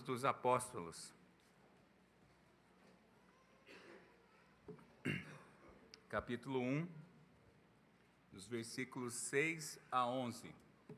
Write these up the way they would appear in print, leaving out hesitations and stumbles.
Atos dos Apóstolos. Capítulo 1, dos versículos 6 a 11.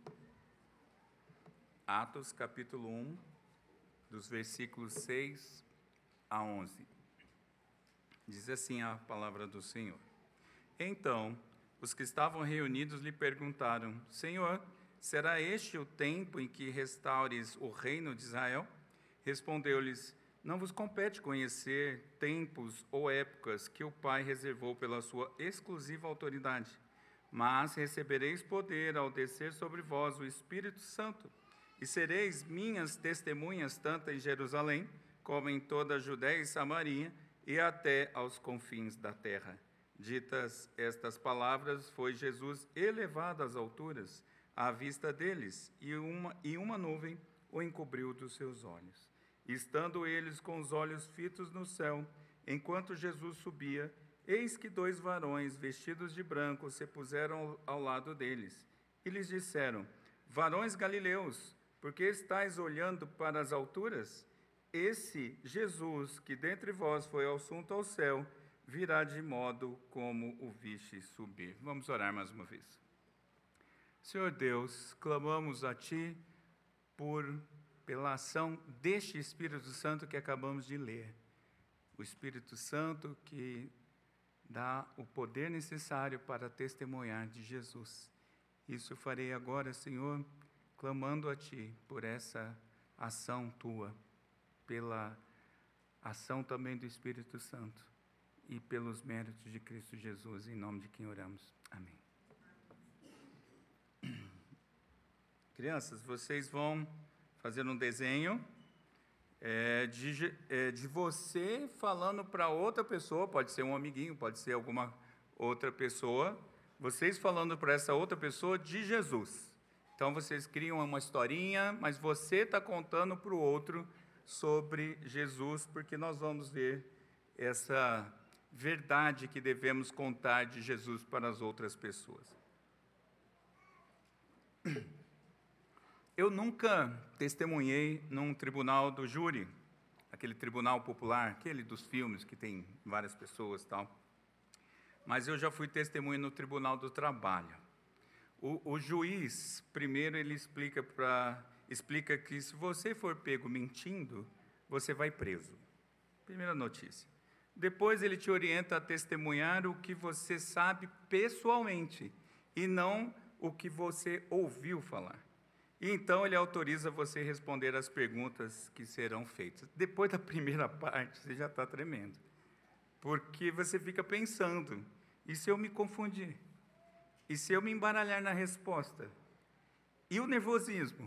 Atos, capítulo 1, dos versículos 6 a 11. Diz assim a palavra do Senhor. Então, os que estavam reunidos lhe perguntaram: Senhor, será este o tempo em que restaures o reino de Israel? Respondeu-lhes: Não vos compete conhecer tempos ou épocas que o Pai reservou pela sua exclusiva autoridade, mas recebereis poder ao descer sobre vós o Espírito Santo, e sereis minhas testemunhas tanto em Jerusalém, como em toda a Judéia e Samaria, e até aos confins da terra. Ditas estas palavras, foi Jesus elevado às alturas, à vista deles, e uma nuvem o encobriu dos seus olhos. Estando eles com os olhos fitos no céu, enquanto Jesus subia, eis que 2 varões vestidos de branco se puseram ao lado deles, e lhes disseram: Varões galileus, por que estáis olhando para as alturas? Esse Jesus, que dentre vós foi assunto ao céu, virá de modo como o viste subir. Vamos orar mais uma vez. Senhor Deus, clamamos a Ti pela ação deste Espírito Santo que acabamos de ler. O Espírito Santo que dá o poder necessário para testemunhar de Jesus. Isso farei agora, Senhor, clamando a Ti por essa ação Tua, pela ação também do Espírito Santo e pelos méritos de Cristo Jesus, em nome de quem oramos. Amém. Crianças, vocês vão fazer um desenho de você falando para outra pessoa, pode ser um amiguinho, pode ser alguma outra pessoa, vocês falando para essa outra pessoa de Jesus. Então, vocês criam uma historinha, mas você está contando para o outro sobre Jesus, porque nós vamos ver essa verdade que devemos contar de Jesus para as outras pessoas. Eu nunca testemunhei num tribunal do júri, aquele tribunal popular, aquele dos filmes que tem várias pessoas e tal, mas eu já fui testemunha no tribunal do trabalho. O juiz, primeiro, ele explica que se você for pego mentindo, você vai preso. Primeira notícia. Depois ele te orienta a testemunhar o que você sabe pessoalmente, e não o que você ouviu falar. E então ele autoriza você a responder as perguntas que serão feitas. Depois da primeira parte, você já está tremendo, porque você fica pensando: e se eu me confundir? E se eu me embaralhar na resposta? E o nervosismo?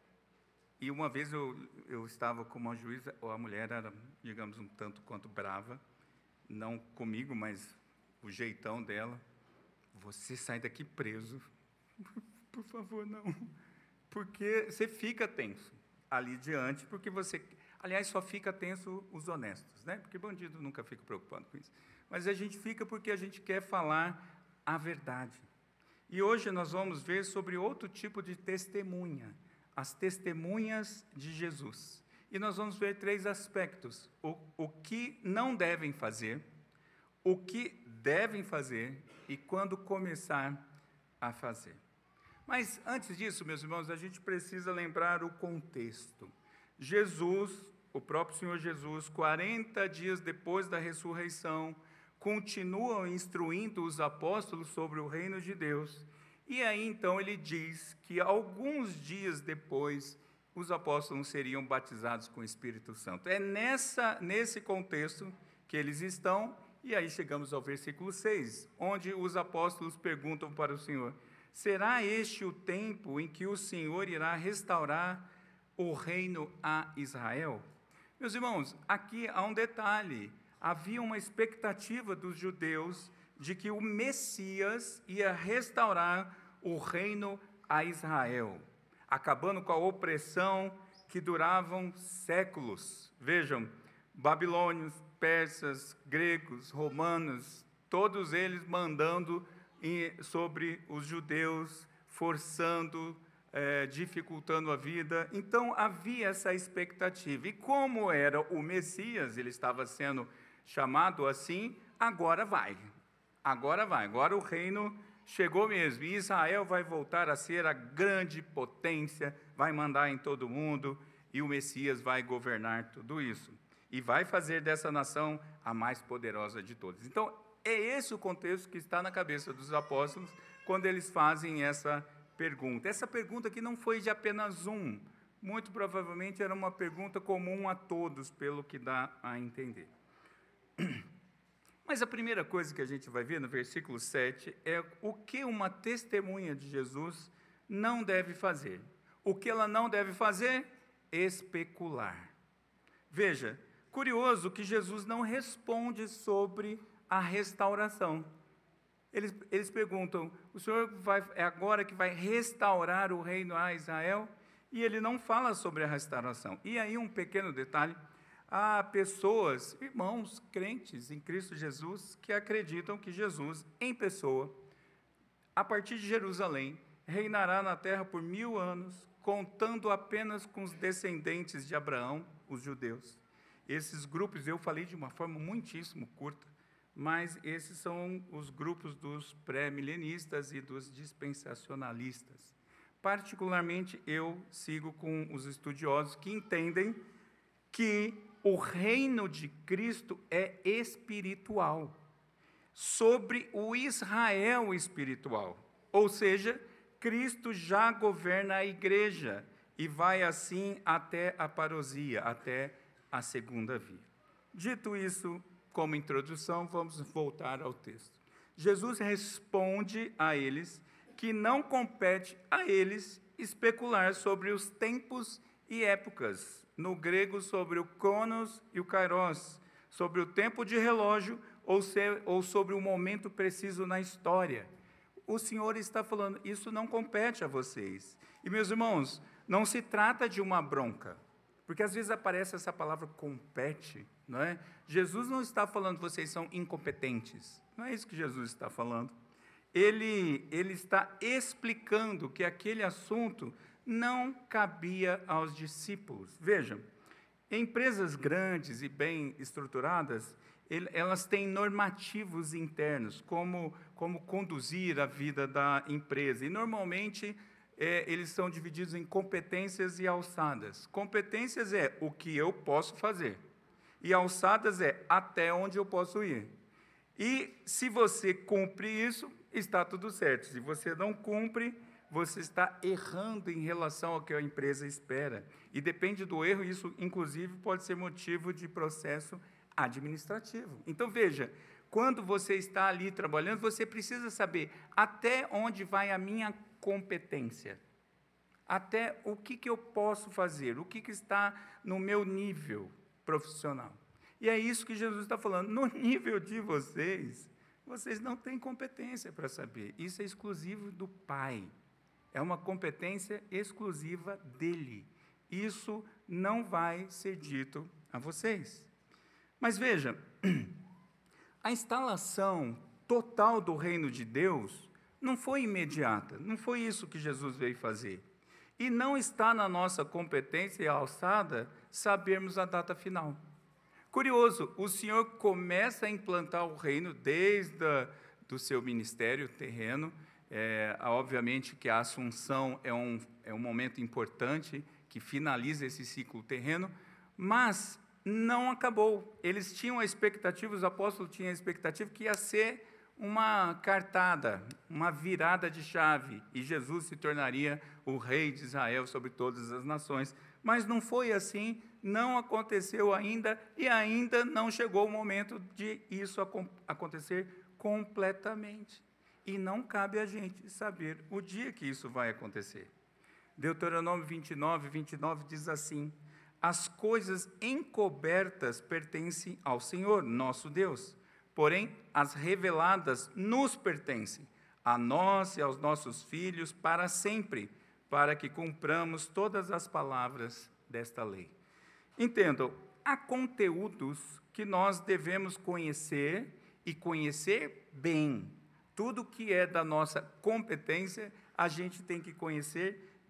E uma vez eu estava com uma juíza, a mulher era, digamos, um tanto quanto brava, não comigo, mas o jeitão dela: você sai daqui preso, por favor, não. Porque você fica tenso ali diante, porque você... Aliás, só fica tenso os honestos, né? Porque bandido nunca fica preocupado com isso. Mas a gente fica porque a gente quer falar a verdade. E hoje nós vamos ver sobre outro tipo de testemunha, as testemunhas de Jesus. E nós vamos ver 3 aspectos: o que não devem fazer, o que devem fazer e quando começar a fazer. Mas, antes disso, meus irmãos, a gente precisa lembrar o contexto. Jesus, o próprio Senhor Jesus, 40 dias depois da ressurreição, continua instruindo os apóstolos sobre o reino de Deus. E aí, então, ele diz que alguns dias depois, os apóstolos seriam batizados com o Espírito Santo. É nesse contexto que eles estão, e aí chegamos ao versículo 6, onde os apóstolos perguntam para o Senhor: será este o tempo em que o Senhor irá restaurar o reino a Israel? Meus irmãos, aqui há um detalhe. Havia uma expectativa dos judeus de que o Messias ia restaurar o reino a Israel, acabando com a opressão que duravam séculos. Vejam, babilônios, persas, gregos, romanos, todos eles mandando sobre os judeus, forçando dificultando a vida. Então, havia essa expectativa. E como era o Messias, ele estava sendo chamado assim, agora vai. Agora o reino chegou mesmo. E Israel vai voltar a ser a grande potência, vai mandar em todo mundo, e o Messias vai governar tudo isso. E vai fazer dessa nação a mais poderosa de todas. Então, é esse o contexto que está na cabeça dos apóstolos, quando eles fazem essa pergunta. Essa pergunta que não foi de apenas um, muito provavelmente era uma pergunta comum a todos, pelo que dá a entender. Mas a primeira coisa que a gente vai ver no versículo 7 é o que uma testemunha de Jesus não deve fazer. O que ela não deve fazer? Especular. Veja, curioso que Jesus não responde sobre a restauração. Eles perguntam, o Senhor é agora que vai restaurar o reino a Israel? E ele não fala sobre a restauração. E aí um pequeno detalhe, há pessoas, irmãos, crentes em Cristo Jesus, que acreditam que Jesus, em pessoa, a partir de Jerusalém, reinará na terra por 1000 anos, contando apenas com os descendentes de Abraão, os judeus. Esses grupos, eu falei de uma forma muitíssimo curta, mas esses são os grupos dos pré-milenistas e dos dispensacionalistas. Particularmente, eu sigo com os estudiosos que entendem que o reino de Cristo é espiritual, sobre o Israel espiritual. Ou seja, Cristo já governa a igreja e vai assim até a parousia, até a segunda vinda. Dito isso, como introdução, vamos voltar ao texto. Jesus responde a eles que não compete a eles especular sobre os tempos e épocas, no grego sobre o cronos e o kairos, sobre o tempo de relógio ou sobre o momento preciso na história. O Senhor está falando, isso não compete a vocês. E, meus irmãos, não se trata de uma bronca, porque às vezes aparece essa palavra compete, não é? Jesus não está falando que vocês são incompetentes, não é isso que Jesus está falando. Ele está explicando que aquele assunto não cabia aos discípulos. Vejam, empresas grandes e bem estruturadas, elas têm normativos internos, como conduzir a vida da empresa. E, normalmente, eles são divididos em competências e alçadas. Competências é o que eu posso fazer. E alçadas é até onde eu posso ir. E, se você cumpre isso, está tudo certo. Se você não cumpre, você está errando em relação ao que a empresa espera. E depende do erro, isso, inclusive, pode ser motivo de processo administrativo. Então, veja, quando você está ali trabalhando, você precisa saber até onde vai a minha competência, até o que eu posso fazer, o que está no meu nível profissional. E é isso que Jesus está falando. No nível de vocês não têm competência para saber. Isso é exclusivo do Pai. É uma competência exclusiva dele. Isso não vai ser dito a vocês. Mas veja, a instalação total do reino de Deus não foi imediata, não foi isso que Jesus veio fazer. E não está na nossa competência e alçada sabermos a data final. Curioso, o Senhor começa a implantar o reino desde do seu ministério terreno. Obviamente que a Assunção é um momento importante que finaliza esse ciclo terreno, mas não acabou. Eles tinham a expectativa, os apóstolos tinham a expectativa que ia ser uma cartada, uma virada de chave, e Jesus se tornaria o rei de Israel sobre todas as nações. Mas não foi assim, não aconteceu ainda, e ainda não chegou o momento de isso acontecer completamente. E não cabe a gente saber o dia que isso vai acontecer. Deuteronômio 29 diz assim: as coisas encobertas pertencem ao Senhor, nosso Deus, porém as reveladas nos pertencem, a nós e aos nossos filhos para sempre, para que cumpramos todas as palavras desta lei. Entendam, há conteúdos que nós devemos conhecer e conhecer bem. Tudo que é da nossa competência, a gente tem que conhecer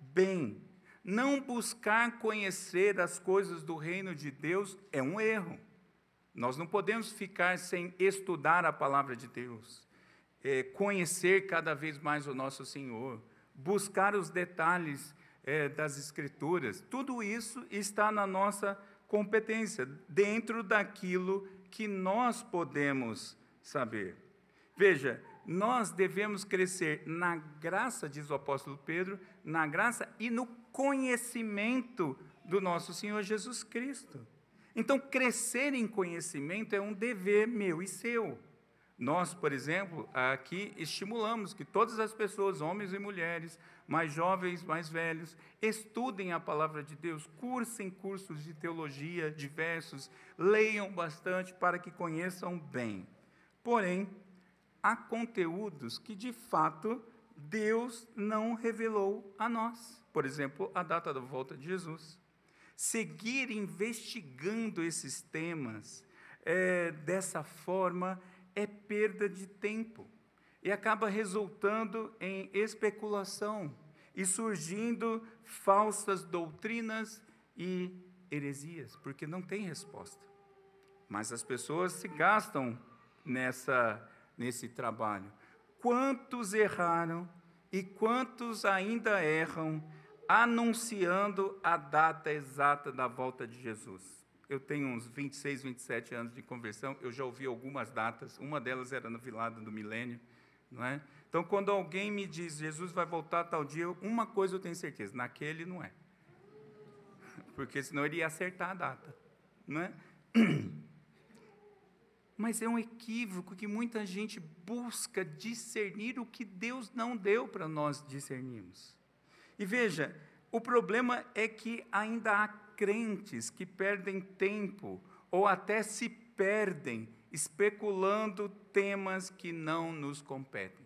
bem. Não buscar conhecer as coisas do reino de Deus é um erro. Nós não podemos ficar sem estudar a palavra de Deus, conhecer cada vez mais o nosso Senhor, buscar os detalhes das Escrituras. Tudo isso está na nossa competência, dentro daquilo que nós podemos saber. Veja, nós devemos crescer na graça, diz o apóstolo Pedro, na graça e no conhecimento do nosso Senhor Jesus Cristo. Então, crescer em conhecimento é um dever meu e seu. Nós, por exemplo, aqui estimulamos que todas as pessoas, homens e mulheres, mais jovens, mais velhos, estudem a palavra de Deus, cursem cursos de teologia diversos, leiam bastante para que conheçam bem. Porém, há conteúdos que, de fato, Deus não revelou a nós. Por exemplo, a data da volta de Jesus. Seguir investigando esses temas dessa forma é perda de tempo e acaba resultando em especulação e surgindo falsas doutrinas e heresias, porque não tem resposta. Mas as pessoas se gastam nesse trabalho. Quantos erraram e quantos ainda erram anunciando a data exata da volta de Jesus? Eu tenho uns 26, 27 anos de conversão, eu já ouvi algumas datas, uma delas era no Vilado do Milênio, não é? Então, quando alguém me diz, Jesus vai voltar tal dia, uma coisa eu tenho certeza, naquele não é. Porque senão ele ia acertar a data, não é? Mas é um equívoco que muita gente busca discernir o que Deus não deu para nós discernirmos. E veja, o problema é que ainda há crentes que perdem tempo ou até se perdem especulando temas que não nos competem.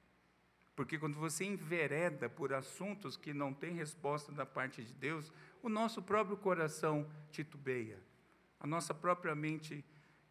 Porque quando você envereda por assuntos que não têm resposta da parte de Deus, o nosso próprio coração titubeia, a nossa própria mente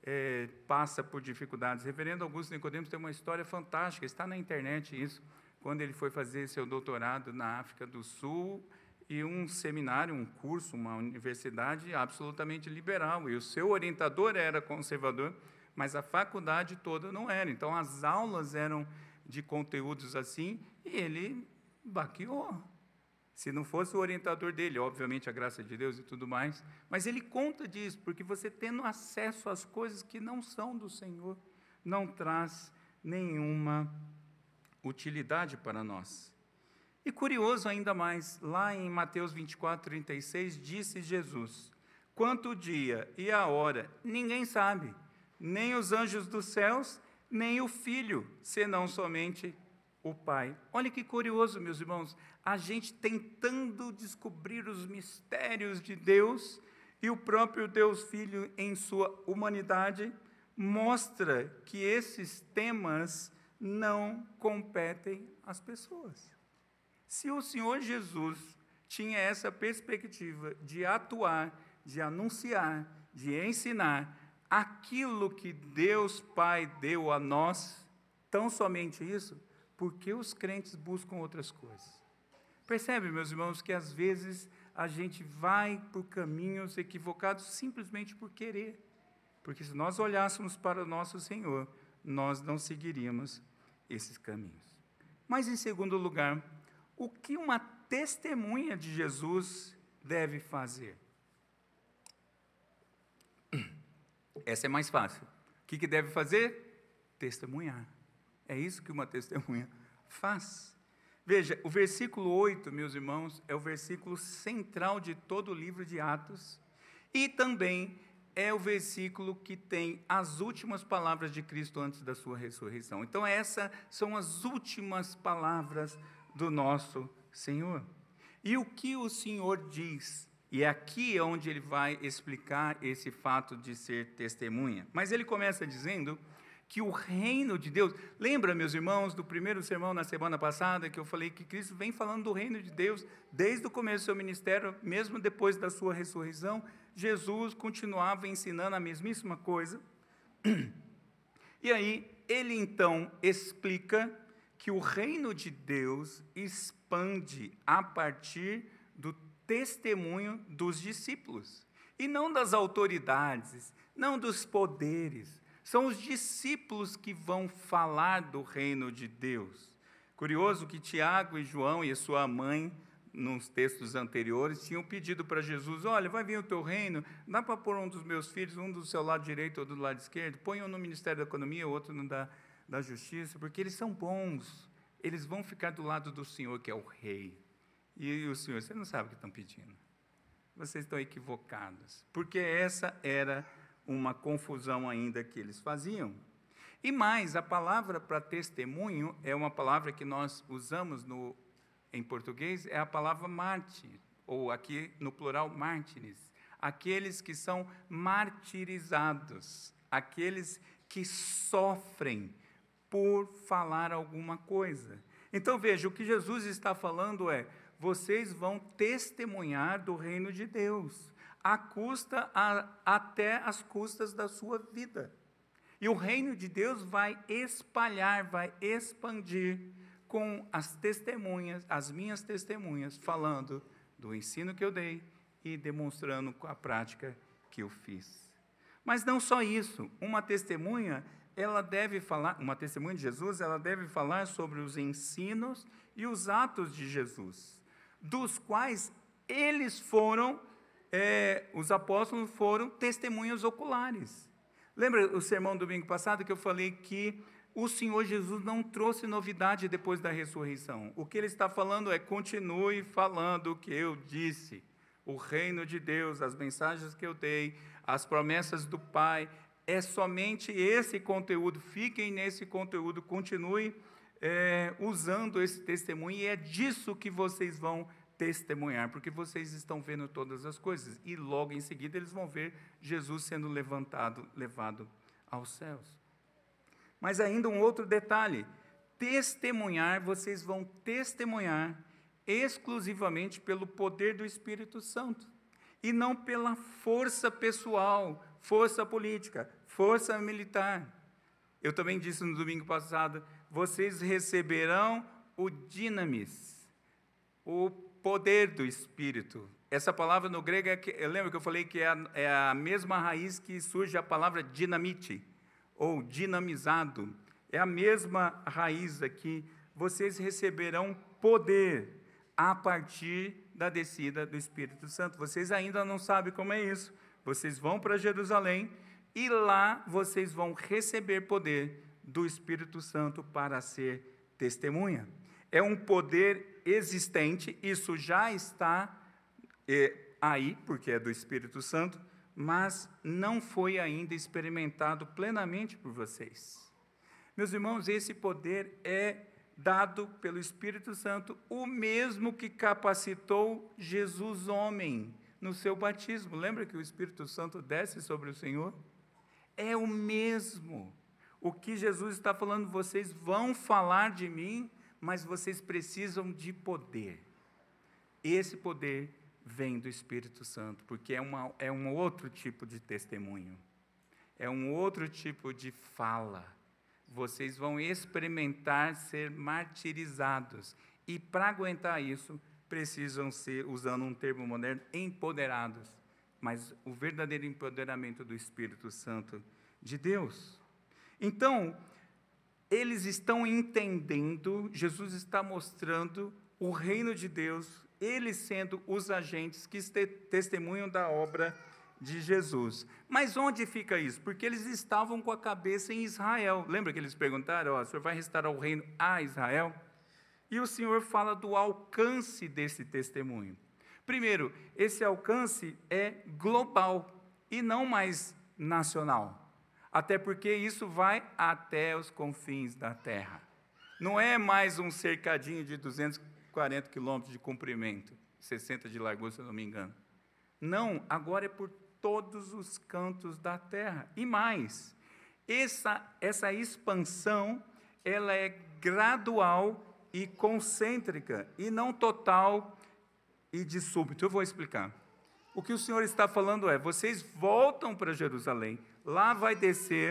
passa por dificuldades. Reverendo Augusto Nicodemos tem uma história fantástica, está na internet isso, quando ele foi fazer seu doutorado na África do Sul, e um seminário, um curso, uma universidade absolutamente liberal, e o seu orientador era conservador, mas a faculdade toda não era. Então, as aulas eram de conteúdos assim, e ele baqueou. Se não fosse o orientador dele, obviamente a graça de Deus e tudo mais, mas ele conta disso, porque você tendo acesso às coisas que não são do Senhor, não traz nenhuma utilidade para nós. E curioso ainda mais, lá em Mateus 24, 36, disse Jesus, quanto o dia e a hora, ninguém sabe, nem os anjos dos céus, nem o Filho, senão somente o Pai. Olha que curioso, meus irmãos, a gente tentando descobrir os mistérios de Deus, e o próprio Deus Filho, em sua humanidade, mostra que esses temas não competem às pessoas. Se o Senhor Jesus tinha essa perspectiva de atuar, de anunciar, de ensinar aquilo que Deus Pai deu a nós, tão somente isso, por que os crentes buscam outras coisas? Percebe, meus irmãos, que às vezes a gente vai por caminhos equivocados simplesmente por querer. Porque se nós olhássemos para o nosso Senhor, nós não seguiríamos esses caminhos. Mas, em segundo lugar, o que uma testemunha de Jesus deve fazer? Essa é mais fácil. O que deve fazer? Testemunhar. É isso que uma testemunha faz. Veja, o versículo 8, meus irmãos, é o versículo central de todo o livro de Atos, e também é o versículo que tem as últimas palavras de Cristo antes da sua ressurreição. Então, essas são as últimas palavras do nosso Senhor. E o que o Senhor diz? E é aqui onde ele vai explicar esse fato de ser testemunha. Mas ele começa dizendo que o reino de Deus... Lembra, meus irmãos, do primeiro sermão na semana passada, que eu falei que Cristo vem falando do reino de Deus desde o começo do seu ministério, mesmo depois da sua ressurreição, Jesus continuava ensinando a mesmíssima coisa. E aí, ele então explica que o reino de Deus expande a partir do testemunho dos discípulos, e não das autoridades, não dos poderes. São os discípulos que vão falar do reino de Deus. Curioso que Tiago e João e a sua mãe, nos textos anteriores, tinham pedido para Jesus: olha, vai vir o teu reino, dá para pôr um dos meus filhos, um do seu lado direito ou do lado esquerdo, põe um no Ministério da Economia, outro no da Justiça, porque eles são bons, eles vão ficar do lado do Senhor, que é o rei. E o Senhor: você não sabe o que estão pedindo, vocês estão equivocados, porque essa era uma confusão ainda que eles faziam. E mais, a palavra para testemunho é uma palavra que nós usamos em português, é a palavra mártir, ou aqui no plural, mártires. Aqueles que são martirizados, aqueles que sofrem por falar alguma coisa. Então, veja, o que Jesus está falando é: vocês vão testemunhar do reino de Deus, até as custas da sua vida. E o reino de Deus vai espalhar, vai expandir com as testemunhas, as minhas testemunhas, falando do ensino que eu dei e demonstrando com a prática que eu fiz. Mas não só isso, uma testemunha de Jesus, ela deve falar sobre os ensinos e os atos de Jesus, dos quais os apóstolos foram testemunhas oculares. Lembra o sermão do domingo passado que eu falei que o Senhor Jesus não trouxe novidade depois da ressurreição? O que ele está falando é: continue falando o que eu disse. O reino de Deus, as mensagens que eu dei, as promessas do Pai, é somente esse conteúdo. Fiquem nesse conteúdo, continue usando esse testemunho, e é disso que vocês vão testemunhar, porque vocês estão vendo todas as coisas, e logo em seguida eles vão ver Jesus sendo levado aos céus. Mas ainda um outro detalhe: testemunhar, vocês vão testemunhar exclusivamente pelo poder do Espírito Santo, e não pela força pessoal, força política, força militar. Eu também disse no domingo passado: vocês receberão o dinamis, o poder do Espírito. Essa palavra no grego, lembra que eu falei que é a mesma raiz que surge a palavra dinamite, ou dinamizado. É a mesma raiz aqui. Vocês receberão poder a partir da descida do Espírito Santo. Vocês ainda não sabem como é isso. Vocês vão para Jerusalém e lá vocês vão receber poder do Espírito Santo para ser testemunha. É um poder existente, isso já está aí, porque é do Espírito Santo, mas não foi ainda experimentado plenamente por vocês. Meus irmãos, esse poder é dado pelo Espírito Santo, o mesmo que capacitou Jesus homem no seu batismo. Lembra que o Espírito Santo desce sobre o Senhor? É o mesmo. O que Jesus está falando: vocês vão falar de mim, mas vocês precisam de poder. Esse poder vem do Espírito Santo, porque é um outro tipo de testemunho, é um outro tipo de fala. Vocês vão experimentar ser martirizados, e para aguentar isso, precisam ser, usando um termo moderno, empoderados, mas o verdadeiro empoderamento do Espírito Santo de Deus. Então, eles estão entendendo, Jesus está mostrando o reino de Deus, eles sendo os agentes que testemunham da obra de Jesus. Mas onde fica isso? Porque eles estavam com a cabeça em Israel. Lembra que eles perguntaram: o Senhor vai restaurar o reino a Israel? E o Senhor fala do alcance desse testemunho. Primeiro, esse alcance é global e não mais nacional. Até porque isso vai até os confins da terra. Não é mais um cercadinho de 240 quilômetros de comprimento, 60 de largura, se eu não me engano. Não, agora é por todos os cantos da terra. E mais, essa expansão, ela é gradual e concêntrica, e não total e de súbito. Eu vou explicar. O que o Senhor está falando é: vocês voltam para Jerusalém, lá vai descer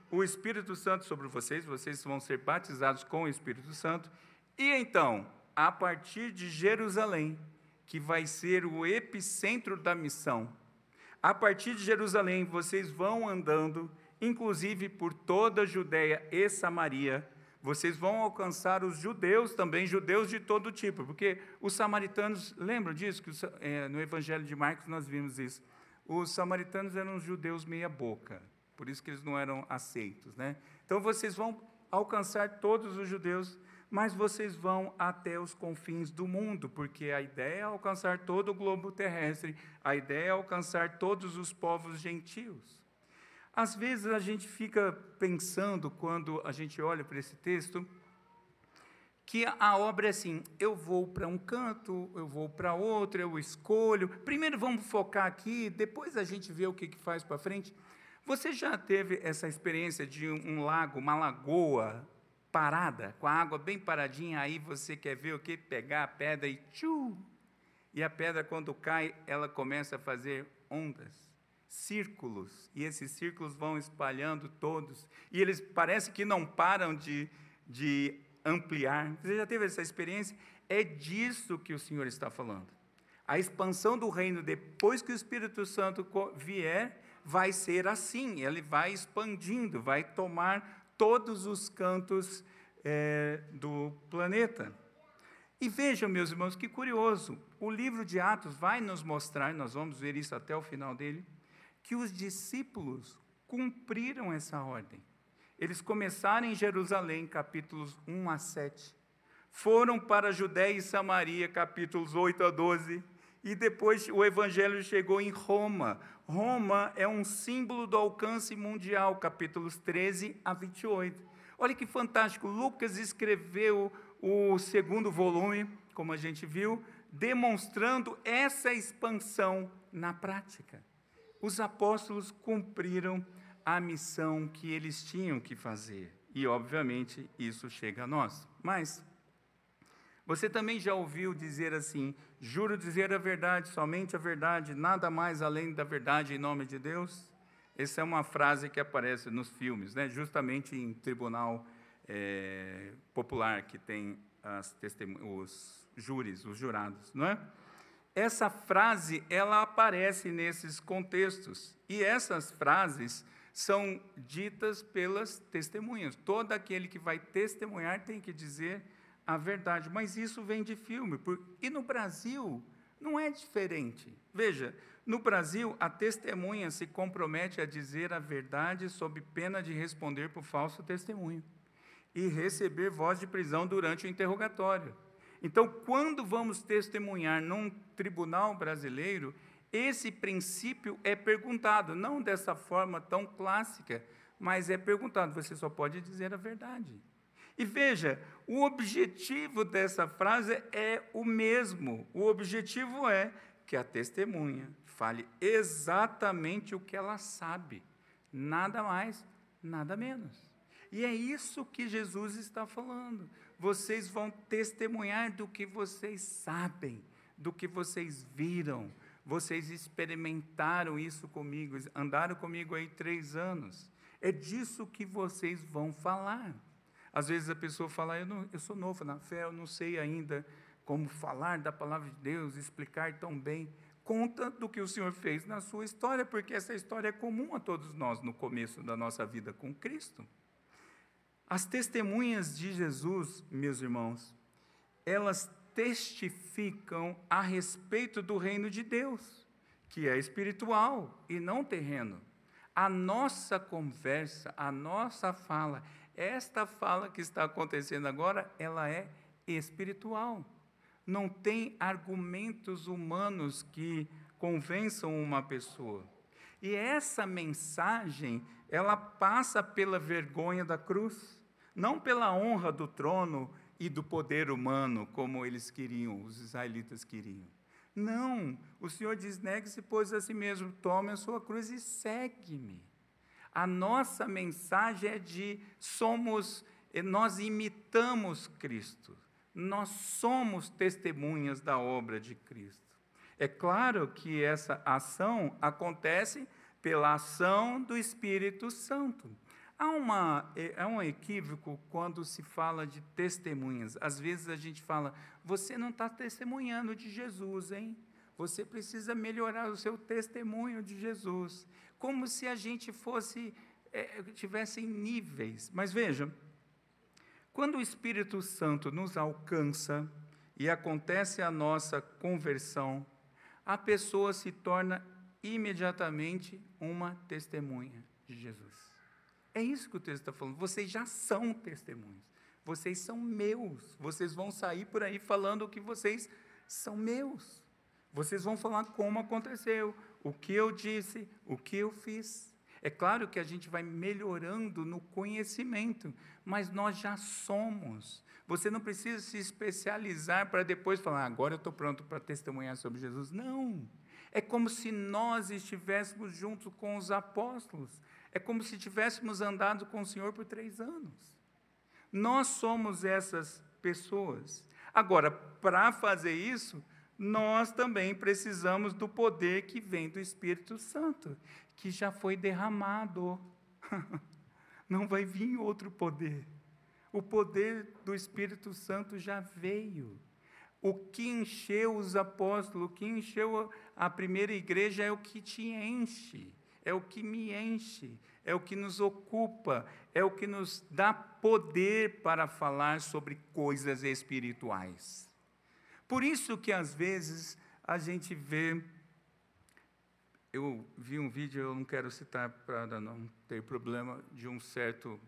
o Espírito Santo sobre vocês, vocês vão ser batizados com o Espírito Santo, e então, a partir de Jerusalém, que vai ser o epicentro da missão, a partir de Jerusalém, vocês vão andando, inclusive por toda a Judéia e Samaria, vocês vão alcançar os judeus também, judeus de todo tipo, porque os samaritanos, lembram disso? Que no Evangelho de Marcos nós vimos isso. Os samaritanos eram os judeus meia boca, por isso que eles não eram aceitos, né? Então, vocês vão alcançar todos os judeus, mas vocês vão até os confins do mundo, porque a ideia é alcançar todo o globo terrestre, a ideia é alcançar todos os povos gentios. Às vezes, a gente fica pensando, quando a gente olha para esse texto, que a obra é assim, eu vou para um canto, eu vou para outro, eu escolho. Primeiro vamos focar aqui, depois a gente vê o que faz para frente. Você já teve essa experiência de um lago, uma lagoa parada, com a água bem paradinha, aí você quer ver o quê? Pegar a pedra e tchu! E a pedra, quando cai, ela começa a fazer ondas, círculos, e esses círculos vão espalhando todos, e eles parece que não param de ampliar. Você já teve essa experiência? É disso que o Senhor está falando. A expansão do reino, depois que o Espírito Santo vier, vai ser assim, ele vai expandindo, vai tomar todos os cantos do planeta. E vejam, meus irmãos, que curioso, o livro de Atos vai nos mostrar, nós vamos ver isso até o final dele, que os discípulos cumpriram essa ordem. Eles começaram em Jerusalém, capítulos 1 a 7, foram para a Judéia e Samaria, capítulos 8 a 12, e depois o evangelho chegou em Roma. Roma é um símbolo do alcance mundial, capítulos 13 a 28. Olha que fantástico, Lucas escreveu o segundo volume, como a gente viu, demonstrando essa expansão na prática. Os apóstolos cumpriram a missão que eles tinham que fazer. E, obviamente, isso chega a nós. Mas você também já ouviu dizer assim, juro dizer a verdade, somente a verdade, nada mais além da verdade em nome de Deus? Essa é uma frase que aparece nos filmes, né? Justamente em tribunal popular, que tem os júris, os jurados, não é? Essa frase, ela aparece nesses contextos, e essas frases são ditas pelas testemunhas. Todo aquele que vai testemunhar tem que dizer a verdade, mas isso vem de filme, e no Brasil não é diferente. Veja, no Brasil, a testemunha se compromete a dizer a verdade sob pena de responder por falso testemunho e receber voz de prisão durante o interrogatório. Então, quando vamos testemunhar num tribunal brasileiro, esse princípio é perguntado, não dessa forma tão clássica, mas é perguntado, você só pode dizer a verdade. E veja, o objetivo dessa frase é o mesmo. O objetivo é que a testemunha fale exatamente o que ela sabe, nada mais, nada menos. E é isso que Jesus está falando. Vocês vão testemunhar do que vocês sabem, do que vocês viram. Vocês experimentaram isso comigo, andaram comigo aí 3 anos. É disso que vocês vão falar. Às vezes a pessoa fala, eu sou novo na fé, eu não sei ainda como falar da palavra de Deus, explicar tão bem. Conta do que o Senhor fez na sua história, porque essa história é comum a todos nós no começo da nossa vida com Cristo. As testemunhas de Jesus, meus irmãos, elas testificam a respeito do reino de Deus, que é espiritual e não terreno. A nossa conversa, a nossa fala, esta fala que está acontecendo agora, ela é espiritual. Não tem argumentos humanos que convençam uma pessoa. E essa mensagem, ela passa pela vergonha da cruz, não pela honra do trono e do poder humano, como eles queriam, os israelitas queriam. Não, o Senhor diz, negue-se, pois a si mesmo, tome a sua cruz e segue-me. A nossa mensagem é nós imitamos Cristo, nós somos testemunhas da obra de Cristo. É claro que essa ação acontece pela ação do Espírito Santo. Há um equívoco quando se fala de testemunhas. Às vezes a gente fala, você não está testemunhando de Jesus, hein? Você precisa melhorar o seu testemunho de Jesus. Como se a gente tivesse em níveis. Mas vejam, quando o Espírito Santo nos alcança e acontece a nossa conversão, a pessoa se torna imediatamente uma testemunha de Jesus. É isso que o texto está falando. Vocês já são testemunhas. Vocês são meus. Vocês vão sair por aí falando que vocês são meus. Vocês vão falar como aconteceu, o que eu disse, o que eu fiz. É claro que a gente vai melhorando no conhecimento, mas nós já somos. Você não precisa se especializar para depois falar, agora eu estou pronto para testemunhar sobre Jesus. Não. É como se nós estivéssemos juntos com os apóstolos. É como se tivéssemos andado com o Senhor por 3 anos. Nós somos essas pessoas. Agora, para fazer isso, nós também precisamos do poder que vem do Espírito Santo, que já foi derramado. Não vai vir outro poder. O poder do Espírito Santo já veio. O que encheu os apóstolos, o que encheu a primeira igreja é o que te enche. É o que me enche, é o que nos ocupa, é o que nos dá poder para falar sobre coisas espirituais. Por isso que, às vezes, a gente vê... Eu vi um vídeo, eu não quero citar para não ter problema, de um certo...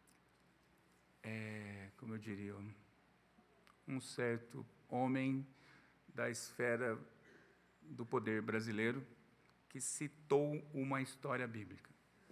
como eu diria? Um certo homem da esfera do poder brasileiro, que citou uma história bíblica.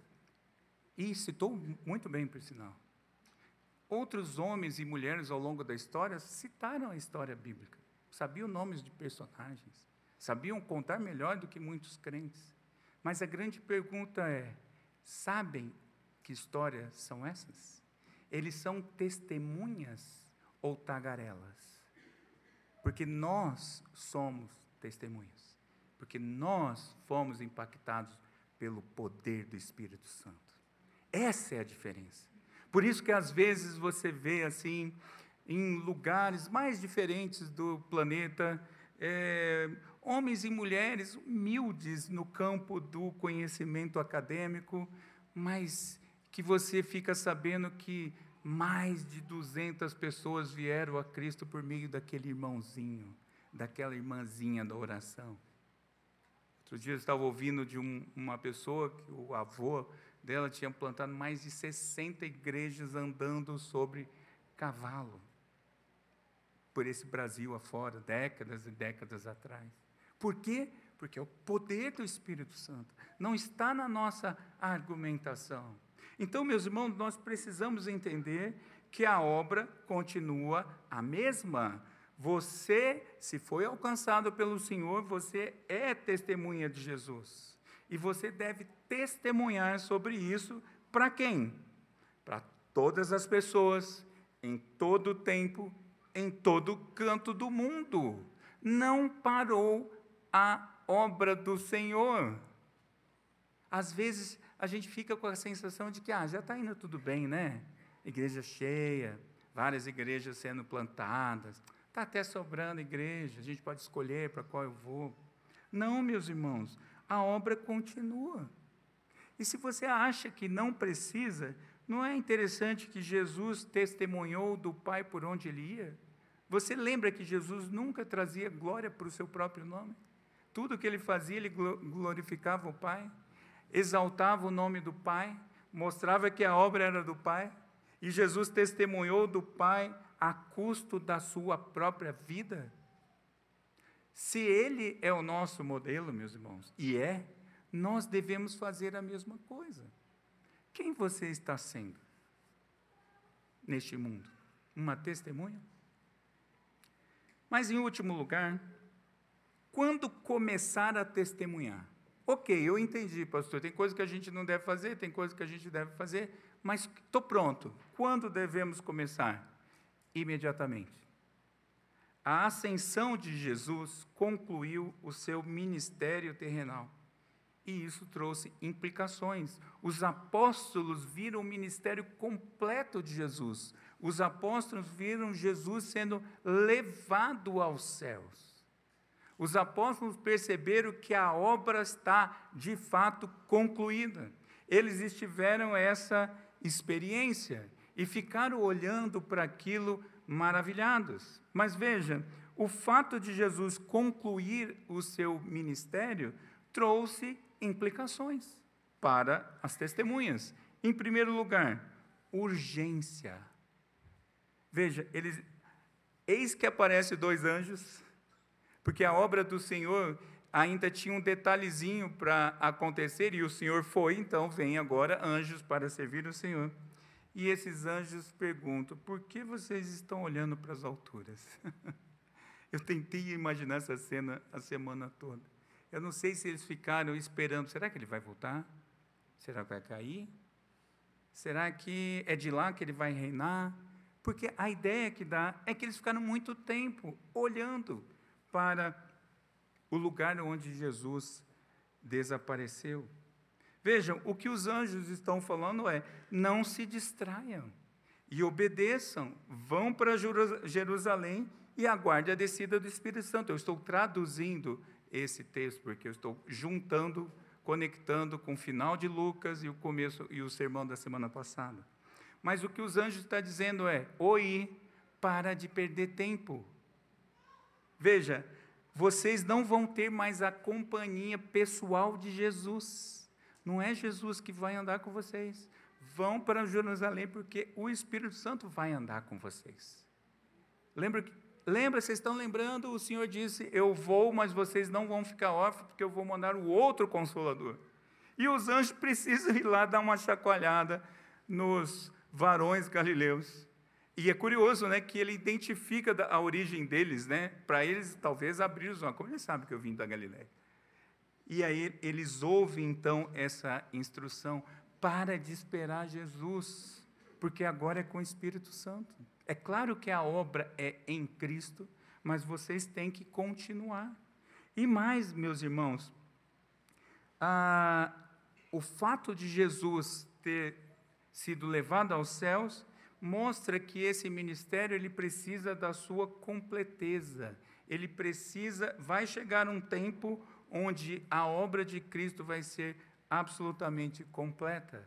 E citou muito bem, por sinal. Outros homens e mulheres ao longo da história citaram a história bíblica. Sabiam nomes de personagens. Sabiam contar melhor do que muitos crentes. Mas a grande pergunta é, sabem que histórias são essas? Eles são testemunhas ou tagarelas? Porque nós somos testemunhas. Porque nós fomos impactados pelo poder do Espírito Santo. Essa é a diferença. Por isso que, às vezes, você vê, assim, em lugares mais diferentes do planeta, homens e mulheres humildes no campo do conhecimento acadêmico, mas que você fica sabendo que mais de 200 pessoas vieram a Cristo por meio daquele irmãozinho, daquela irmãzinha da oração. Outro dia eu estava ouvindo de uma pessoa que o avô dela tinha plantado mais de 60 igrejas andando sobre cavalo, por esse Brasil afora, décadas e décadas atrás. Por quê? Porque é o poder do Espírito Santo, não está na nossa argumentação. Então, meus irmãos, nós precisamos entender que a obra continua a mesma. Você, se foi alcançado pelo Senhor, você é testemunha de Jesus. E você deve testemunhar sobre isso para quem? Para todas as pessoas, em todo o tempo, em todo canto do mundo. Não parou a obra do Senhor. Às vezes, a gente fica com a sensação de que já está indo tudo bem, né? Igreja cheia, várias igrejas sendo plantadas. Está até sobrando igreja, a gente pode escolher para qual eu vou. Não, meus irmãos, a obra continua. E se você acha que não precisa, não é interessante que Jesus testemunhou do Pai por onde ele ia? Você lembra que Jesus nunca trazia glória para o seu próprio nome? Tudo que ele fazia, ele glorificava o Pai, exaltava o nome do Pai, mostrava que a obra era do Pai, e Jesus testemunhou do Pai a custo da sua própria vida. Se ele é o nosso modelo, meus irmãos, e nós devemos fazer a mesma coisa. Quem você está sendo neste mundo? Uma testemunha? Mas, em último lugar, quando começar a testemunhar? Ok, eu entendi, pastor, tem coisa que a gente não deve fazer, tem coisa que a gente deve fazer, mas estou pronto. Quando devemos começar? Imediatamente. A ascensão de Jesus concluiu o seu ministério terrenal. E isso trouxe implicações. Os apóstolos viram o ministério completo de Jesus. Os apóstolos viram Jesus sendo levado aos céus. Os apóstolos perceberam que a obra está, de fato, concluída. Eles tiveram essa experiência e ficaram olhando para aquilo maravilhados. Mas veja, o fato de Jesus concluir o seu ministério trouxe implicações para as testemunhas. Em primeiro lugar, urgência. Veja, eis que aparece 2 anjos, porque a obra do Senhor ainda tinha um detalhezinho para acontecer, e o Senhor foi, então vem agora anjos para servir o Senhor. E esses anjos perguntam, por que vocês estão olhando para as alturas? Eu tentei imaginar essa cena a semana toda. Eu não sei se eles ficaram esperando, será que ele vai voltar? Será que vai cair? Será que é de lá que ele vai reinar? Porque a ideia que dá é que eles ficaram muito tempo olhando para o lugar onde Jesus desapareceu. Vejam, o que os anjos estão falando é, não se distraiam e obedeçam, vão para Jerusalém e aguarde a descida do Espírito Santo. Eu estou traduzindo esse texto, porque eu estou juntando, conectando com o final de Lucas e o começo e o sermão da semana passada. Mas o que os anjos estão dizendo é, oi, para de perder tempo. Veja, vocês não vão ter mais a companhia pessoal de Jesus. Não é Jesus que vai andar com vocês. Vão para Jerusalém, porque o Espírito Santo vai andar com vocês. Lembra, vocês estão lembrando, o Senhor disse, eu vou, mas vocês não vão ficar órfãos, porque eu vou mandar o outro Consolador. E os anjos precisam ir lá dar uma chacoalhada nos varões galileus. E é curioso, né, que ele identifica a origem deles, né, para eles talvez abrir os olhos, como eles sabem que eu vim da Galileia. E aí eles ouvem, então, essa instrução, para de esperar Jesus, porque agora é com o Espírito Santo. É claro que a obra é em Cristo, mas vocês têm que continuar. E mais, meus irmãos, o fato de Jesus ter sido levado aos céus mostra que esse ministério ele precisa da sua completeza. Ele vai chegar um tempo onde a obra de Cristo vai ser absolutamente completa.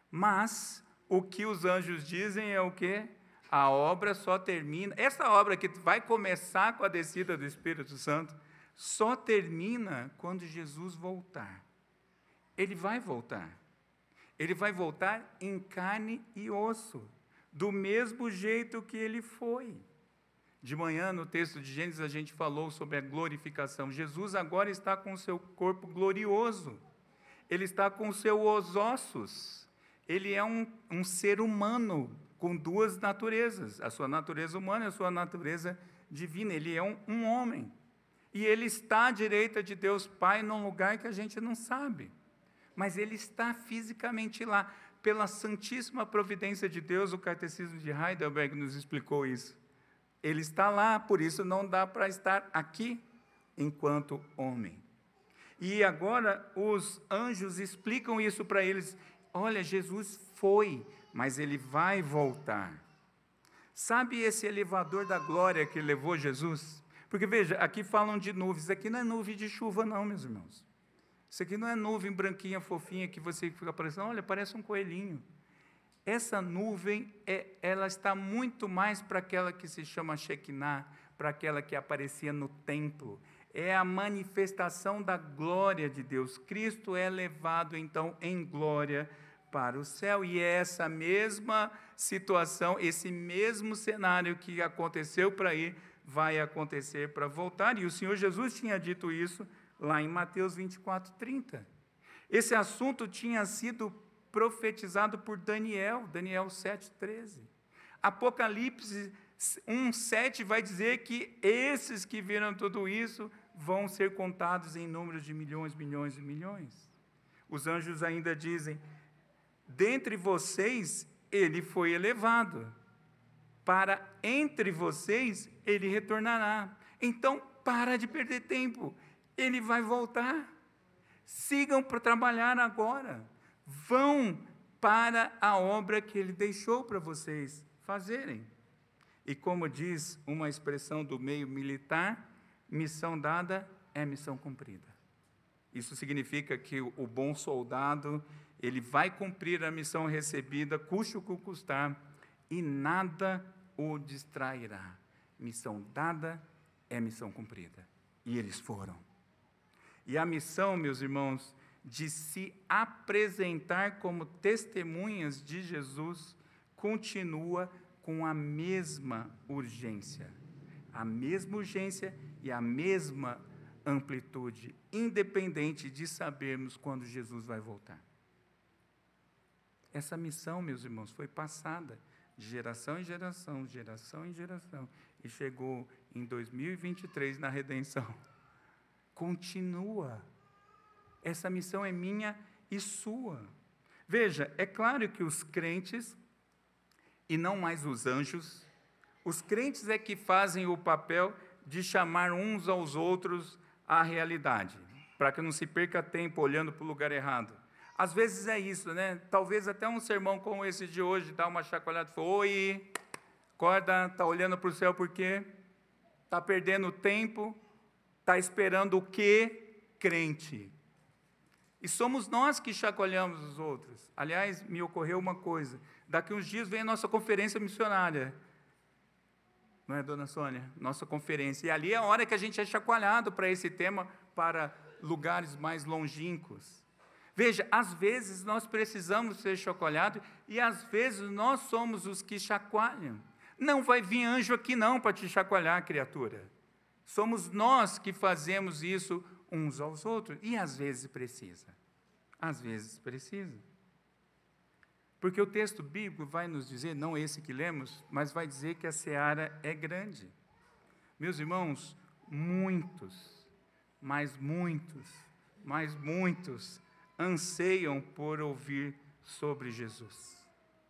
Mas o que os anjos dizem é o quê? A obra só termina, essa obra que vai começar com a descida do Espírito Santo, só termina quando Jesus voltar. Ele vai voltar. Ele vai voltar em carne e osso, do mesmo jeito que ele foi. De manhã, no texto de Gênesis, a gente falou sobre a glorificação. Jesus agora está com o seu corpo glorioso. Ele está com os seus ossos. Ele é um ser humano com 2 naturezas, a sua natureza humana e a sua natureza divina. Ele é um homem. E ele está à direita de Deus Pai num lugar que a gente não sabe. Mas ele está fisicamente lá. Pela santíssima providência de Deus, o Catecismo de Heidelberg nos explicou isso. Ele está lá, por isso não dá para estar aqui enquanto homem. E agora os anjos explicam isso para eles. Olha, Jesus foi, mas ele vai voltar. Sabe esse elevador da glória que levou Jesus? Porque veja, aqui falam de nuvens, isso aqui não é nuvem de chuva não, meus irmãos. Isso aqui não é nuvem branquinha, fofinha, que você fica parecendo, olha, parece um coelhinho. Essa nuvem, ela está muito mais para aquela que se chama Shekinah, para aquela que aparecia no templo. É a manifestação da glória de Deus. Cristo é levado, então, em glória para o céu. E é essa mesma situação, esse mesmo cenário que aconteceu para ir, vai acontecer para voltar. E o Senhor Jesus tinha dito isso lá em Mateus 24:30. Esse assunto tinha sido profetizado por Daniel 7:13. Apocalipse 1:7 vai dizer que esses que viram tudo isso vão ser contados em números de milhões, milhões e milhões. Os anjos ainda dizem, dentre vocês ele foi elevado, para entre vocês ele retornará. Então, para de perder tempo, ele vai voltar. Sigam para trabalhar agora. Vão para a obra que Ele deixou para vocês fazerem. E como diz uma expressão do meio militar, missão dada é missão cumprida. Isso significa que o bom soldado, ele vai cumprir a missão recebida, custe o que custar, e nada o distrairá. Missão dada é missão cumprida. E eles foram. E a missão, meus irmãos, de se apresentar como testemunhas de Jesus, continua com a mesma urgência. A mesma urgência e a mesma amplitude, independente de sabermos quando Jesus vai voltar. Essa missão, meus irmãos, foi passada de geração em geração, geração em geração, e chegou em 2023 na redenção. Continua. Essa missão é minha e sua. Veja, é claro que os crentes, e não mais os anjos, os crentes é que fazem o papel de chamar uns aos outros à realidade, para que não se perca tempo olhando para o lugar errado. Às vezes é isso, né? Talvez até um sermão como esse de hoje dá uma chacoalhada e fala: oi, acorda, está olhando para o céu por quê? Está perdendo tempo? Está esperando o quê? Crente. E somos nós que chacoalhamos os outros. Aliás, me ocorreu uma coisa. Daqui uns dias vem a nossa conferência missionária. Não é, dona Sônia? Nossa conferência. E ali é a hora que a gente é chacoalhado para esse tema, para lugares mais longínquos. Veja, às vezes nós precisamos ser chacoalhados e às vezes nós somos os que chacoalham. Não vai vir anjo aqui não para te chacoalhar, criatura. Somos nós que fazemos isso uns aos outros. E às vezes precisa. Às vezes precisa. Porque o texto bíblico vai nos dizer, não esse que lemos, mas vai dizer que a seara é grande. Meus irmãos, muitos, mas muitos anseiam por ouvir sobre Jesus.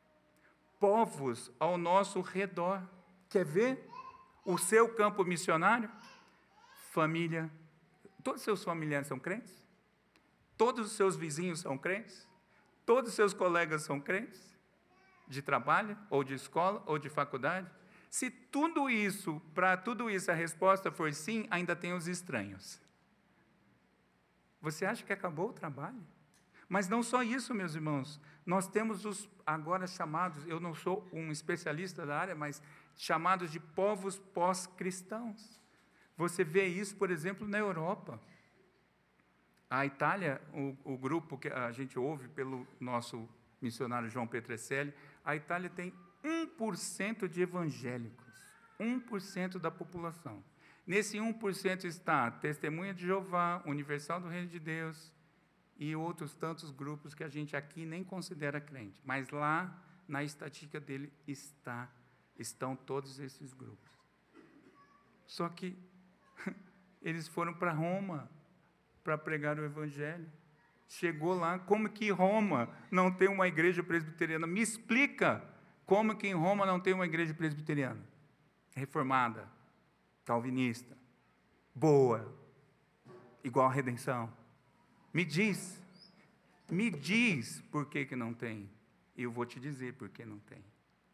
Povos ao nosso redor. Quer ver o seu campo missionário? Família. Todos os seus familiares são crentes? Todos os seus vizinhos são crentes? Todos os seus colegas são crentes? De trabalho, ou de escola, ou de faculdade? Se tudo isso, para tudo isso a resposta for sim, ainda tem os estranhos. Você acha que acabou o trabalho? Mas não só isso, meus irmãos. Nós temos os agora chamados, eu não sou um especialista da área, mas chamados de povos pós-cristãos. Você vê isso, por exemplo, na Europa. A Itália, o grupo que a gente ouve pelo nosso missionário João Petrecelli, a Itália tem 1% de evangélicos, 1% da população. Nesse 1% está Testemunha de Jeová, Universal do Reino de Deus e outros tantos grupos que a gente aqui nem considera crente. Mas lá, na estatística dele, estão todos esses grupos. Só que eles foram para Roma para pregar o Evangelho. Chegou lá, como que Roma não tem uma igreja presbiteriana? Me explica como que em Roma não tem uma igreja presbiteriana? Reformada, calvinista, boa, igual a redenção. Me diz por que não tem. Eu vou te dizer por que não tem.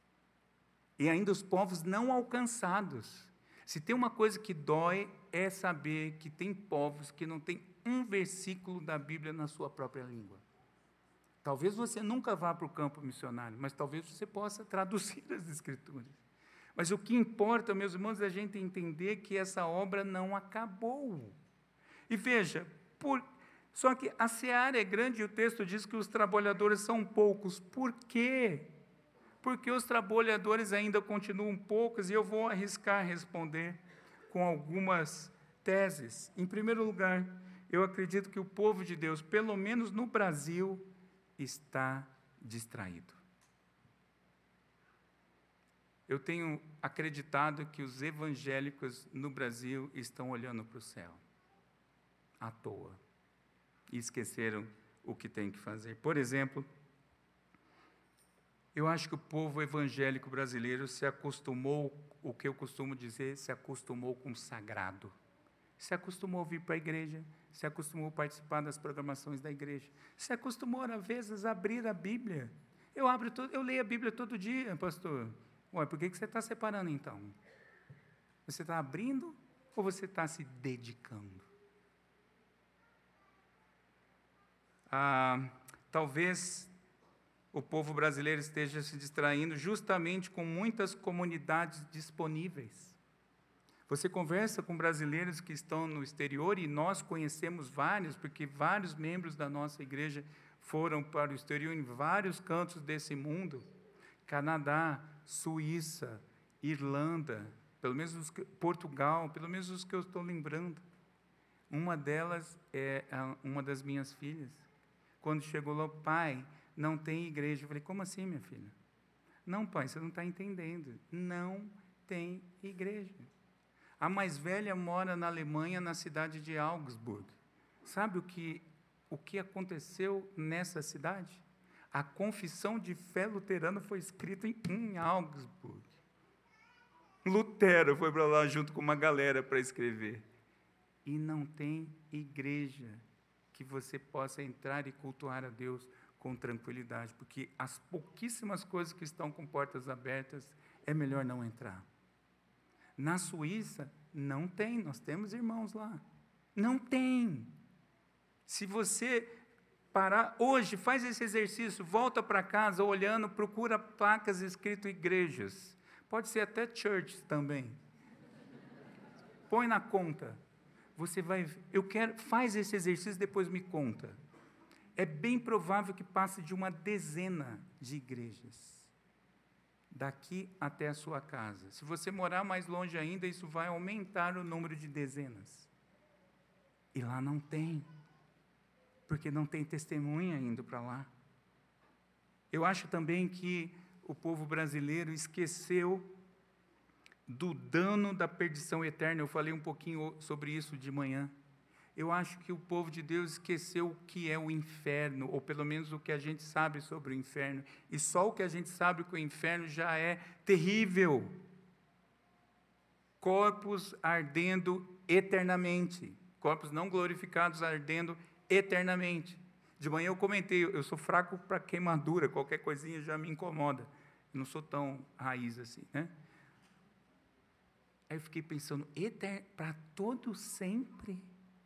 E ainda os povos não alcançados. Se tem uma coisa que dói, é saber que tem povos que não têm um versículo da Bíblia na sua própria língua. Talvez você nunca vá para o campo missionário, mas talvez você possa traduzir as Escrituras. Mas o que importa, meus irmãos, é a gente entender que essa obra não acabou. E veja, só que a seara é grande e o texto diz que os trabalhadores são poucos. Por quê? Porque os trabalhadores ainda continuam poucos, e eu vou arriscar responder com algumas teses. Em primeiro lugar, eu acredito que o povo de Deus, pelo menos no Brasil, está distraído. Eu tenho acreditado que os evangélicos no Brasil estão olhando para o céu, à toa, e esqueceram o que tem que fazer. Por exemplo, eu acho que o povo evangélico brasileiro se acostumou, o que eu costumo dizer, se acostumou com o sagrado. se acostumou a vir para a igreja, se acostumou a participar das programações da igreja, se acostumou, às vezes, a abrir a Bíblia. Eu leio a Bíblia todo dia, pastor. Ué, por que você está separando, então? Você está abrindo ou você está se dedicando? Talvez o povo brasileiro esteja se distraindo justamente com muitas comunidades disponíveis. Você conversa com brasileiros que estão no exterior, e nós conhecemos vários, porque vários membros da nossa igreja foram para o exterior, em vários cantos desse mundo, Canadá, Suíça, Irlanda, pelo menos Portugal, pelo menos os que eu estou lembrando. Uma delas é uma das minhas filhas. Quando chegou lá, pai, não tem igreja. Eu falei, como assim, minha filha? Não, pai, você não está entendendo. Não tem igreja. A mais velha mora na Alemanha, na cidade de Augsburg. Sabe o que aconteceu nessa cidade? A confissão de fé luterana foi escrita em Augsburg. Lutero foi para lá junto com uma galera para escrever. E não tem igreja que você possa entrar e cultuar a Deus com tranquilidade, porque as pouquíssimas coisas que estão com portas abertas, é melhor não entrar. Na Suíça, não tem, nós temos irmãos lá. Não tem. Se você parar, hoje, faz esse exercício, volta para casa, olhando, procura placas escritas igrejas. Pode ser até church também. Põe na conta. Você vai, faz esse exercício, depois me conta. É bem provável que passe de uma dezena de igrejas daqui até a sua casa. Se você morar mais longe ainda, isso vai aumentar o número de dezenas. E lá não tem, porque não tem testemunha indo para lá. Eu acho também que o povo brasileiro esqueceu do dano da perdição eterna. Eu falei um pouquinho sobre isso de manhã. Eu acho que o povo de Deus esqueceu o que é o inferno, ou pelo menos o que a gente sabe sobre o inferno. E só o que a gente sabe que o inferno já é terrível. Corpos ardendo eternamente. Corpos não glorificados ardendo eternamente. De manhã eu comentei, eu sou fraco para queimadura, qualquer coisinha já me incomoda. Eu não sou tão raiz assim, né? Aí eu fiquei pensando, para todo sempre?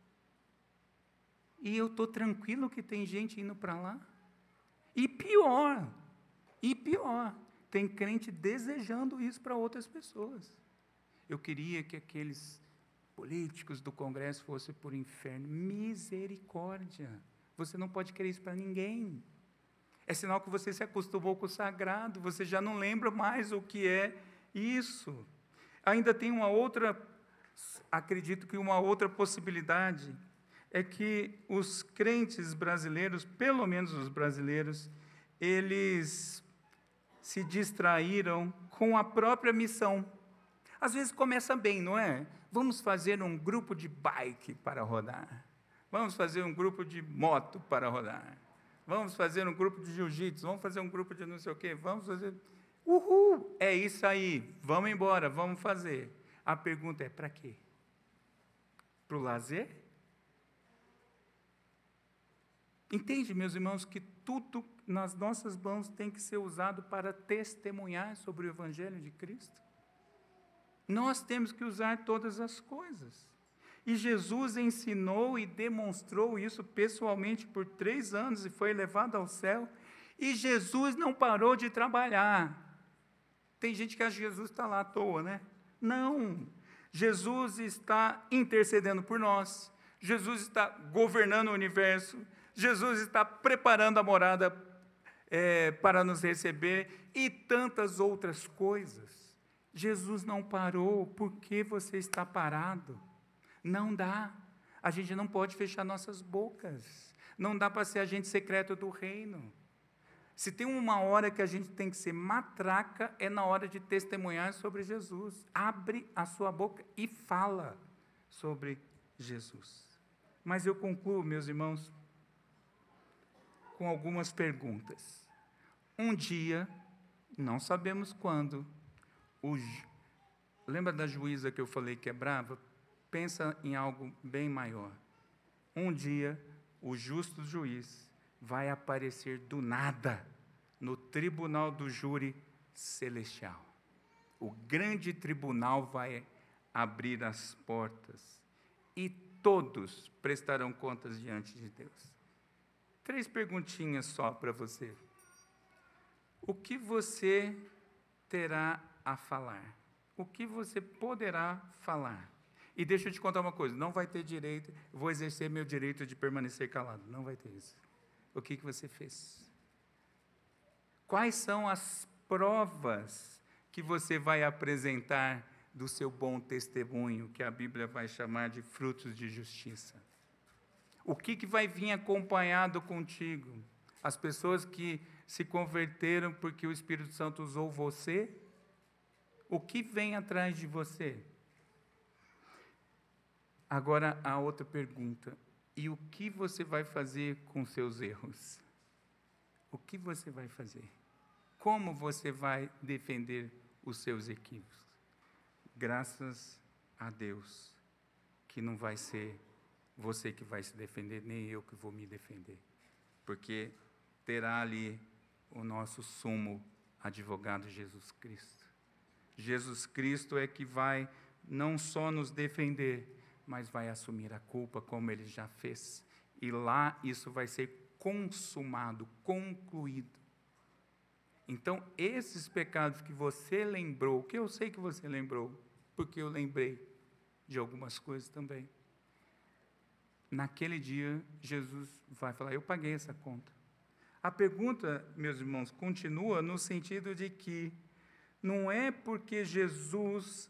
E eu estou tranquilo que tem gente indo para lá? E pior, tem crente desejando isso para outras pessoas. Eu queria que aqueles políticos do Congresso fossem para o inferno. Misericórdia! Você não pode querer isso para ninguém. É sinal que você se acostumou com o sagrado, você já não lembra mais o que é isso. Ainda tem acredito que uma outra possibilidade é que os crentes brasileiros, pelo menos os brasileiros, eles se distraíram com a própria missão. Às vezes começa bem, não é? Vamos fazer um grupo de bike para rodar. Vamos fazer um grupo de moto para rodar. Vamos fazer um grupo de jiu-jitsu. Vamos fazer um grupo de não sei o quê. Vamos fazer... Uhul! É isso aí. Vamos embora, vamos fazer. A pergunta é, para quê? Para o lazer? Entende, meus irmãos, que tudo nas nossas mãos tem que ser usado para testemunhar sobre o Evangelho de Cristo? Nós temos que usar todas as coisas. E Jesus ensinou e demonstrou isso pessoalmente por 3 anos e foi levado ao céu. E Jesus não parou de trabalhar. Tem gente que acha que Jesus está lá à toa, né? Não. Jesus está intercedendo por nós. Jesus está governando o universo. Jesus está preparando a morada para nos receber e tantas outras coisas. Jesus não parou. Por que você está parado? Não dá. A gente não pode fechar nossas bocas. Não dá para ser agente secreto do reino. Se tem uma hora que a gente tem que ser matraca, é na hora de testemunhar sobre Jesus. Abre a sua boca e fala sobre Jesus. Mas eu concluo, meus irmãos, com algumas perguntas. Um dia, não sabemos quando, lembra da juíza que eu falei que é brava? pensa em algo bem maior. Um dia, o justo juiz vai aparecer do nada no tribunal do júri celestial. O grande tribunal vai abrir as portas e todos prestarão contas diante de Deus. 3 perguntinhas só para você. O que você terá a falar? O que você poderá falar? E deixa eu te contar uma coisa, não vai ter direito, vou exercer meu direito de permanecer calado, não vai ter isso. O que você fez? Quais são as provas que você vai apresentar do seu bom testemunho, que a Bíblia vai chamar de frutos de justiça? O que vai vir acompanhado contigo? As pessoas que se converteram porque o Espírito Santo usou você? O que vem atrás de você? Agora, a outra pergunta. E o que você vai fazer com seus erros? O que você vai fazer? Como você vai defender os seus equívocos? Graças a Deus, que não vai ser você que vai se defender, nem eu que vou me defender. Porque terá ali o nosso sumo advogado Jesus Cristo. Jesus Cristo é que vai não só nos defender, mas vai assumir a culpa, como Ele já fez. E lá isso vai ser consumado, concluído. Então, esses pecados que você lembrou, que eu sei que você lembrou, porque eu lembrei de algumas coisas também. Naquele dia, Jesus vai falar, eu paguei essa conta. A pergunta, meus irmãos, continua no sentido de que não é porque Jesus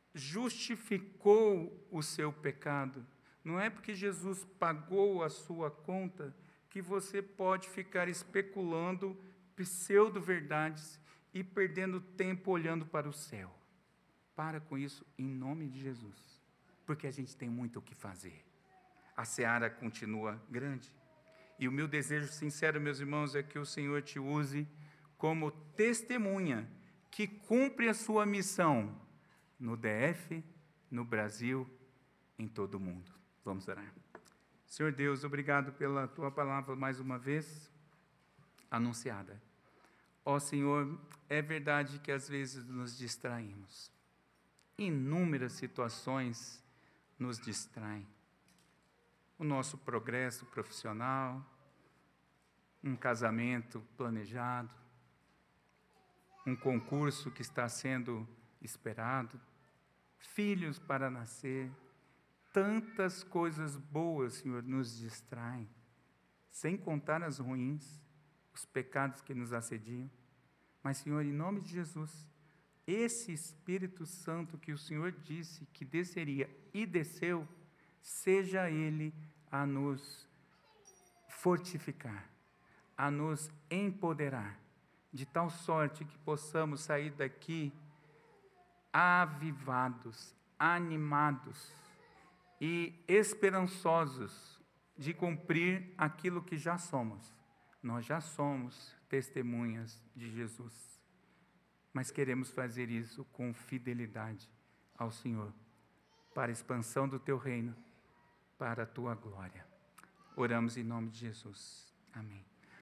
justificou o seu pecado, não é porque Jesus pagou a sua conta, que você pode ficar especulando pseudo-verdades e perdendo tempo olhando para o céu. Para com isso, em nome de Jesus, porque a gente tem muito o que fazer. A seara continua grande. E o meu desejo sincero, meus irmãos, é que o Senhor te use como testemunha que cumpre a sua missão no DF, no Brasil, em todo o mundo. Vamos orar. Senhor Deus, obrigado pela tua palavra mais uma vez anunciada. Ó Senhor, é verdade que às vezes nos distraímos. Inúmeras situações nos distraem. O nosso progresso profissional, um casamento planejado, um concurso que está sendo esperado, filhos para nascer, tantas coisas boas, Senhor, nos distraem, sem contar as ruins, os pecados que nos assediam. Mas, Senhor, em nome de Jesus, esse Espírito Santo que o Senhor disse que desceria e desceu, seja Ele a nos fortificar, a nos empoderar, de tal sorte que possamos sair daqui avivados, animados e esperançosos de cumprir aquilo que já somos. Nós já somos testemunhas de Jesus, mas queremos fazer isso com fidelidade ao Senhor, para a expansão do Teu reino, para a Tua glória. Oramos em nome de Jesus. Amém.